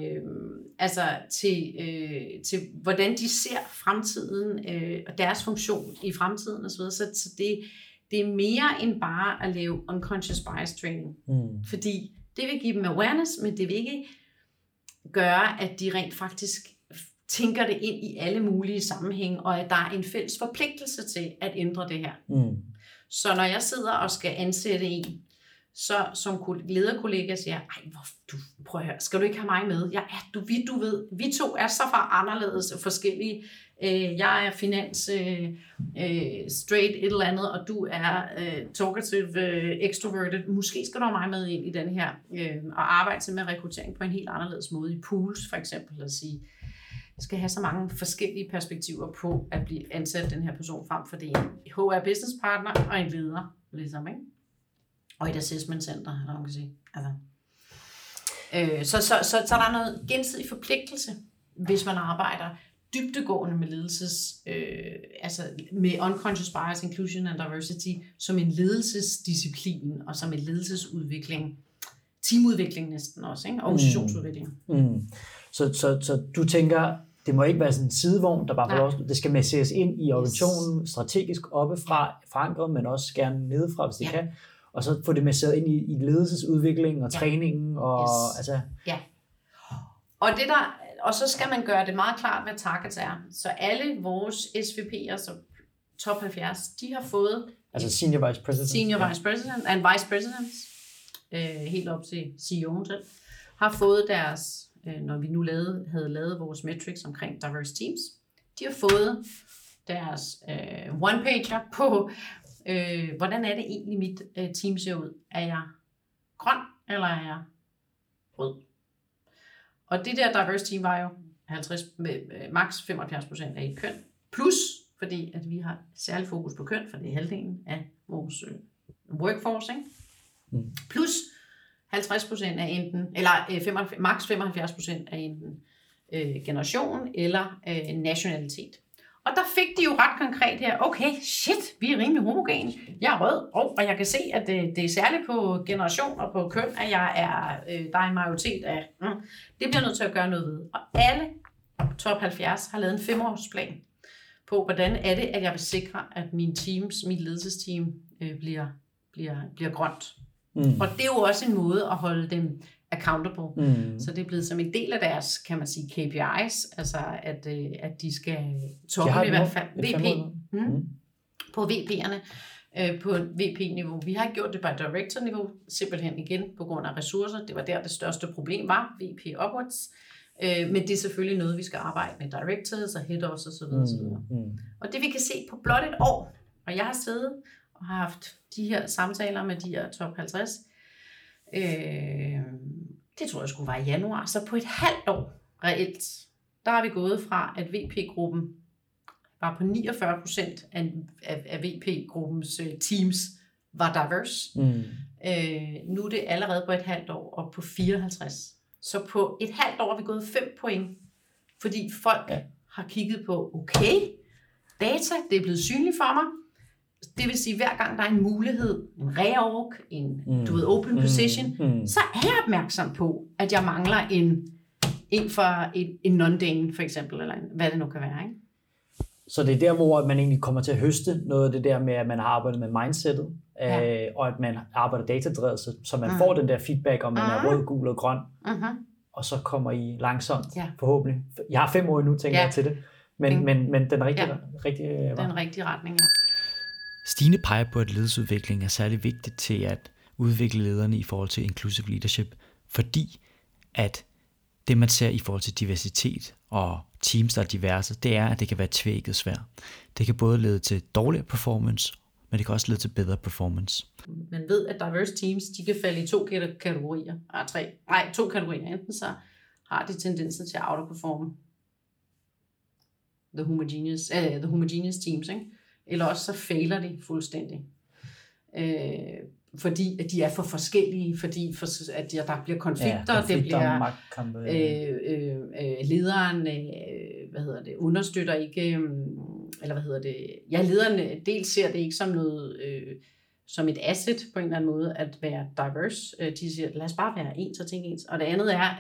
til hvordan de ser fremtiden og deres funktion i fremtiden osv. Så det er mere end bare at lave unconscious bias training, fordi det vil give dem awareness, men det vil ikke gøre, at de rent faktisk tænker det ind i alle mulige sammenhænge, og at der er en fælles forpligtelse til at ændre det her. Så når jeg sidder og skal ansætte en, så som lederkollega siger, prøv at høre, skal du ikke have mig med? Du ved, vi 2 er så anderledes og forskellige. Jeg er finans, straight et eller andet, og du er talkative, extroverted. Måske skal du have mig med ind i den her, og arbejde med rekruttering på en helt anderledes måde i pools, for eksempel, at sige, jeg skal have så mange forskellige perspektiver på at blive ansat den her person frem for det en HR business partner og en leder, ligesom, ikke? Og et assessment center, eller man kan sige. Altså. Så der er noget gensidig forpligtelse, hvis man arbejder dybdegående med med unconscious bias, inclusion and diversity, som en ledelsesdisciplin og som en ledelsesudvikling, teamudvikling næsten også, ikke? Organisationsudvikling. Så du tænker, det må ikke være sådan en sidevogn, der bare får lov, det skal masseres ind i organisationen, strategisk oppefra, forankret, men også gerne nedefra, hvis det kan, og så få det masseret ind i ledelsesudviklingen og træningen. Og, og så skal man gøre det meget klart, hvad targets er. Så alle vores SVP'er, så top 70, de har fået... Altså senior vice president and vice presidents, helt op til CEO'en selv, har fået deres... når vi nu havde lavet vores metrics omkring diverse teams, de har fået deres one-pager på, hvordan er det egentlig mit team ser ud? Er jeg grøn, eller er jeg rød? Og det der diverse team var jo max 75% af et køn, plus, fordi at vi har særlig fokus på køn, for det er halvdelen af vores workforce, ikke? Plus 50% af enten, eller max 75% af enten generation eller nationalitet. Og der fik de jo ret konkret her, okay, shit, vi er rimelig homogen. Jeg er rød, og jeg kan se, at det er særligt på generation og på køn, at der er en majoritet af. Det bliver nødt til at gøre noget ved. Og alle top 70 har lavet en 5-årsplan på, hvordan er det, at jeg vil sikre, at mit ledelsesteam bliver grønt. Og det er jo også en måde at holde dem accountable. Så det er blevet som en del af deres, kan man sige, KPIs, altså at de skal toppe i hvert fald VP på VP'erne på VP-niveau. Vi har ikke gjort det på director-niveau, simpelthen igen på grund af ressourcer. Det var der det største problem var, VP upwards. Men det er selvfølgelig noget, vi skal arbejde med directors og headers og så videre. Og det vi kan se på blot et år, og jeg har siddet og har haft de her samtaler med de her top 50, det tror jeg skulle være i januar, så på et halvt år reelt, der har vi gået fra, at VP-gruppen var på 49% af VP-gruppens teams var diverse. Nu er det allerede på et halvt år og på 54. Så på et halvt år er vi gået 5 point, fordi folk har kigget på, okay, data, det er blevet synligt for mig. Det vil sige, hver gang der er en mulighed, en reorg, en open position, så er jeg opmærksom på, at jeg mangler en for en non-dane, for eksempel, eller hvad det nu kan være. Ikke? Så det er der, hvor man egentlig kommer til at høste noget af det der med, at man har arbejdet med mindsetet, og at man arbejder datadrevet, så man får den der feedback, om man er rød, gul og grøn, og så kommer I langsomt, forhåbentlig. Jeg har 5 år endnu, tænker jeg til det, men den rigtige retning, ja. Stine peger på, at ledelsesudvikling er særlig vigtigt til at udvikle lederne i forhold til inclusive leadership, fordi at det, man ser i forhold til diversitet og teams, der er diverse, det er, at det kan være tvækket svært. Det kan både lede til dårligere performance, men det kan også lede til bedre performance. Man ved, at diverse teams, de kan falde i 2 kategorier. 2 kategorier. Enten så har de tendensen til at outperforme the homogeneous teams, ikke? Eller også så fejler de fuldstændig. Fordi at de er for forskellige, fordi at der bliver konflikter, det bliver lederen understøtter ikke, lederen dels ser det ikke som noget som et asset på en eller anden måde at være diverse. De siger, lad os bare være ens og tænke ens. Og det andet er,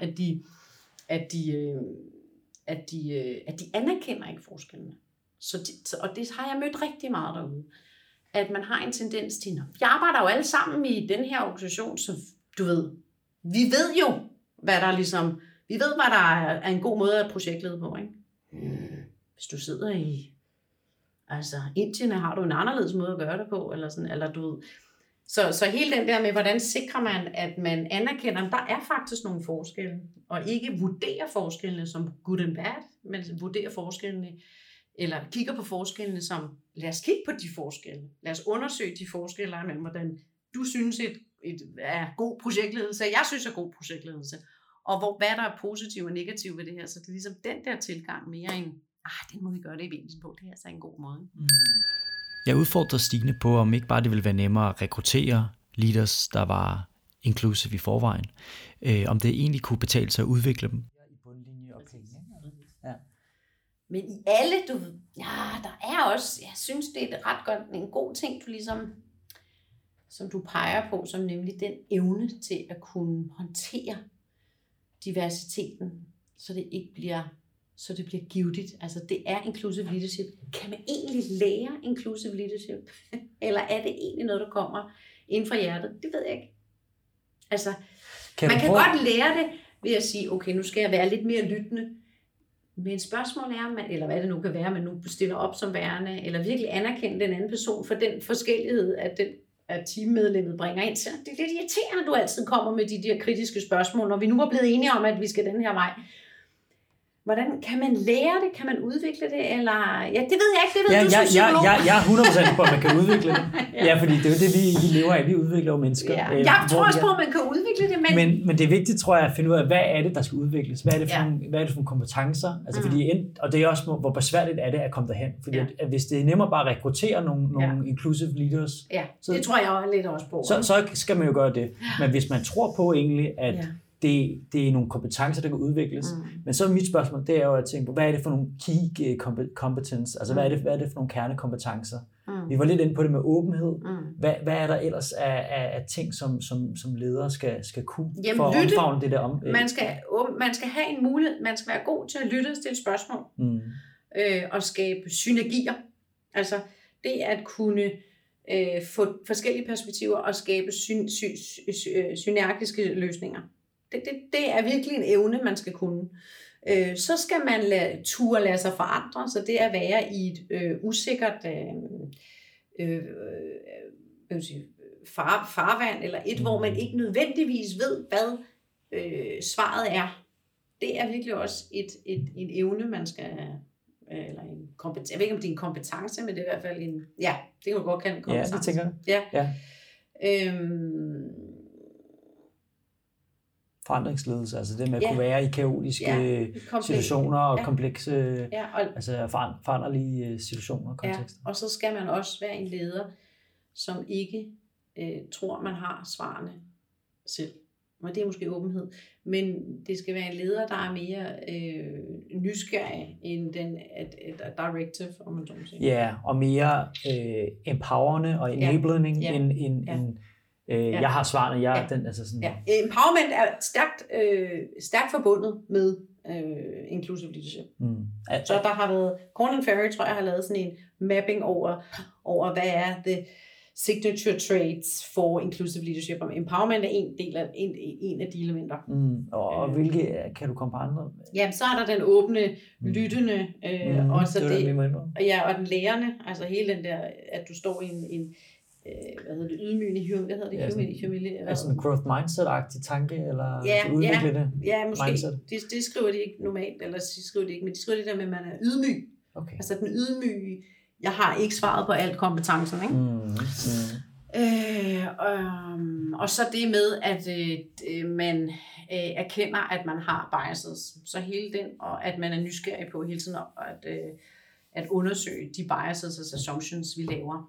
at de anerkender ikke forskellene. Og det har jeg mødt rigtig meget derude. At man har en tendens til, vi arbejder jo alle sammen i den her organisation, så du ved, vi ved jo, hvad der er en god måde at projektlede på, ikke? Hvis du sidder i Indien, har du en anderledes måde at gøre det på, eller sådan, eller du ved. Så hele den der med, hvordan sikrer man, at man anerkender, at der er faktisk nogle forskelle, og ikke vurderer forskellene som good and bad, men vurderer forskellene, eller kigger på forskellene som, lad os kigge på de forskelle. Lad os undersøge de forskelle mellem, hvordan du synes er god projektledelse, jeg synes er god projektledelse, og hvad der er positivt og negativt ved det her. Så det er ligesom den der tilgang mere end, den må vi gøre det i virkeligheden på, det er altså en god måde. Jeg udfordrer Stine på, om ikke bare det ville være nemmere at rekruttere leaders, der var inclusive i forvejen, om det egentlig kunne betale sig at udvikle dem. Men i alle, der er også, jeg synes, det er ret godt, en god ting, du ligesom, som du peger på, som nemlig den evne til at kunne håndtere diversiteten, så det bliver givetigt. Altså det er inclusive leadership. Kan man egentlig lære inclusive leadership? Eller er det egentlig noget, der kommer inden fra hjertet? Det ved jeg ikke. Altså, man kan godt lære det ved at sige, okay, nu skal jeg være lidt mere lyttende. Men spørgsmålet er, eller hvad det nu kan være, man nu stiller op som værende, eller virkelig anerkende den anden person for den forskellighed, at teammedlemmet bringer ind til. Det er lidt irriterende, at du altid kommer med de der kritiske spørgsmål, når vi nu er blevet enige om, at vi skal den her vej. Hvordan kan man lære det? Kan man udvikle det? Eller det ved jeg ikke. Det ved du som psykolog. Jeg er 100% på, at man kan udvikle det. Ja, fordi det er jo det, vi lever af. Vi udvikler jo mennesker. Ja. Jeg tror også på, at man kan udvikle det. Men det er vigtigt, tror jeg, at finde ud af, hvad er det, der skal udvikles? Hvad er det for nogle kompetencer? Altså, og det er også, hvor besværligt er det at komme derhen. Fordi at hvis det er nemmere bare at rekruttere nogle inclusive leaders, så, det tror jeg også lidt også på. Så skal man jo gøre det. Men hvis man tror på egentlig, at det er nogle kompetencer, der kan udvikles. Men så er mit spørgsmål, det er jo at tænke på, hvad er det for nogle key competence? Altså, hvad er det for nogle kernekompetencer? Vi var lidt inde på det med åbenhed. Hvad er der ellers af ting, som ledere skal kunne for at omfavne det der man skal have en mulighed, man skal være god til at lytte og stille spørgsmål. Og skabe synergier. Altså, det at kunne få forskellige perspektiver og skabe synergiske løsninger. Det er virkelig en evne, man skal kunne. Så skal man turde lade sig forandre, så det at være i et usikkert farvand, eller et, hvor man ikke nødvendigvis ved, hvad svaret er. Det er virkelig også en evne, man skal... eller en kompetence. Jeg ved ikke, om det er en kompetence, men det er i hvert fald en... Ja, det kan man godt kalde en kompetence. Ja, det tænker jeg. Ja. Forandringsledelse, altså det med at kunne være i kaotiske situationer og komplekse, altså foranderlige situationer og kontekster. Og så skal man også være en leder, som ikke tror, man har svarene selv. Og det er måske åbenhed. Men det skal være en leder, der er mere nysgerrig end den directive, om man så må sige. Ja, og mere empowerende og enabling end jeg har svarene. Den, altså sådan. Ja. Empowerment er stærkt forbundet med inclusive leadership. Så der har været, Cornell Ferry, tror jeg, har lavet sådan en mapping over hvad er det signature traits for inclusive leadership. Empowerment er en af de elementer. Og hvilke kan du komme på andre? Jamen, så er der den åbne, lyttende, og så og den lærende, altså hele den der, at du står i en ydmygende, hvad hedder det? Humility. Altså en growth mindset-agtig tanke, eller udvikle det? Ja, måske. Det skriver de ikke normalt, eller de skriver det ikke, men de skriver det der med, at man er ydmyg. Okay. Altså den ydmyge, jeg har ikke svaret på alt kompetencerne, ikke? Og så det med, at man erkender, at man har biases. Så hele den, og at man er nysgerrig på hele tiden, at undersøge de biases og assumptions, vi laver.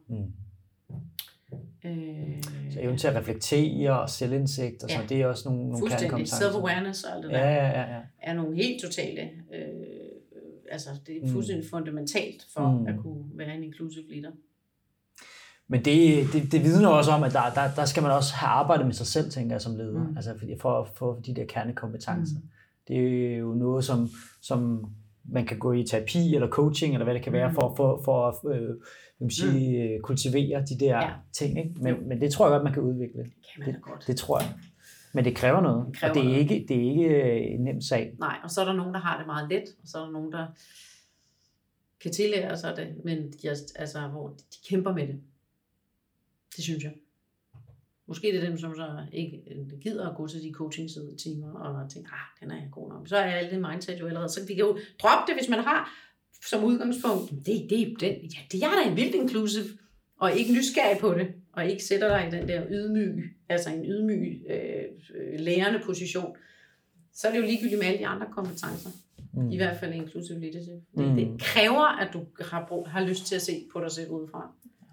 Så evnen til at reflektere og selvindsigt, og så det er også nogle kernekompetencer. Self-awareness og alt det der er nogle helt totale, altså det er fuldstændig fundamentalt for at kunne være en inclusive leader. Men det vidner også om, at der skal man også have arbejdet med sig selv, tænker jeg, som leder, altså for at få de der kernekompetencer. Det er jo noget, som man kan gå i terapi eller coaching, eller hvad det kan være, for at kultivere de der ting. Ikke? Men det tror jeg godt, man kan udvikle. Det tror jeg. Men det kræver noget, og det er ikke en nem sag. Nej, og så er der nogen, der har det meget let, og så er der nogen, der kan tillære sig det, men hvor de kæmper med det. Det synes jeg. Måske det er dem, som så ikke gider at gå til de coaching-timer og tænke, den er jeg god nok. Så er alle det mindset jo allerede. Så vi kan jo droppe det, hvis man har som udgangspunkt, jeg er da en vildt inclusive, og ikke nysgerrig på det, og ikke sætter dig i den der en ydmyg lærende position, så er det jo ligegyldigt med alle de andre kompetencer. I hvert fald inclusive leadership. Det kræver, at du har lyst til at se på dig selv udefra.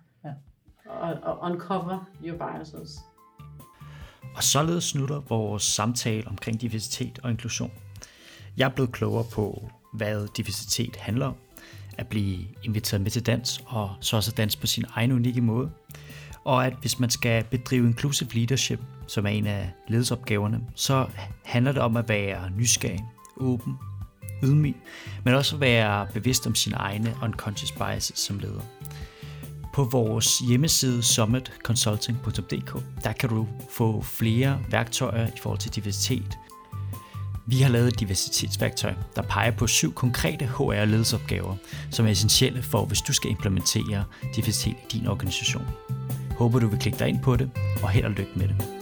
Og uncover your biases. Og således slutter vores samtale omkring diversitet og inklusion. Jeg er blevet klogere på, hvad diversitet handler om, at blive inviteret med til dans, og så også dans på sin egen unikke måde. Og at hvis man skal bedrive inclusive leadership, som er en af ledelsesopgaverne, så handler det om at være nysgerrig, åben, ydmyg, men også at være bevidst om sine egne unconscious biases som leder. På vores hjemmeside summitconsulting.dk, der kan du få flere værktøjer i forhold til diversitet. Vi har lavet et diversitetsværktøj, der peger på 7 konkrete HR- og ledelsesopgaver, som er essentielle for, hvis du skal implementere diversitet i din organisation. Håber du vil klikke dig ind på det, og held og lykke med det.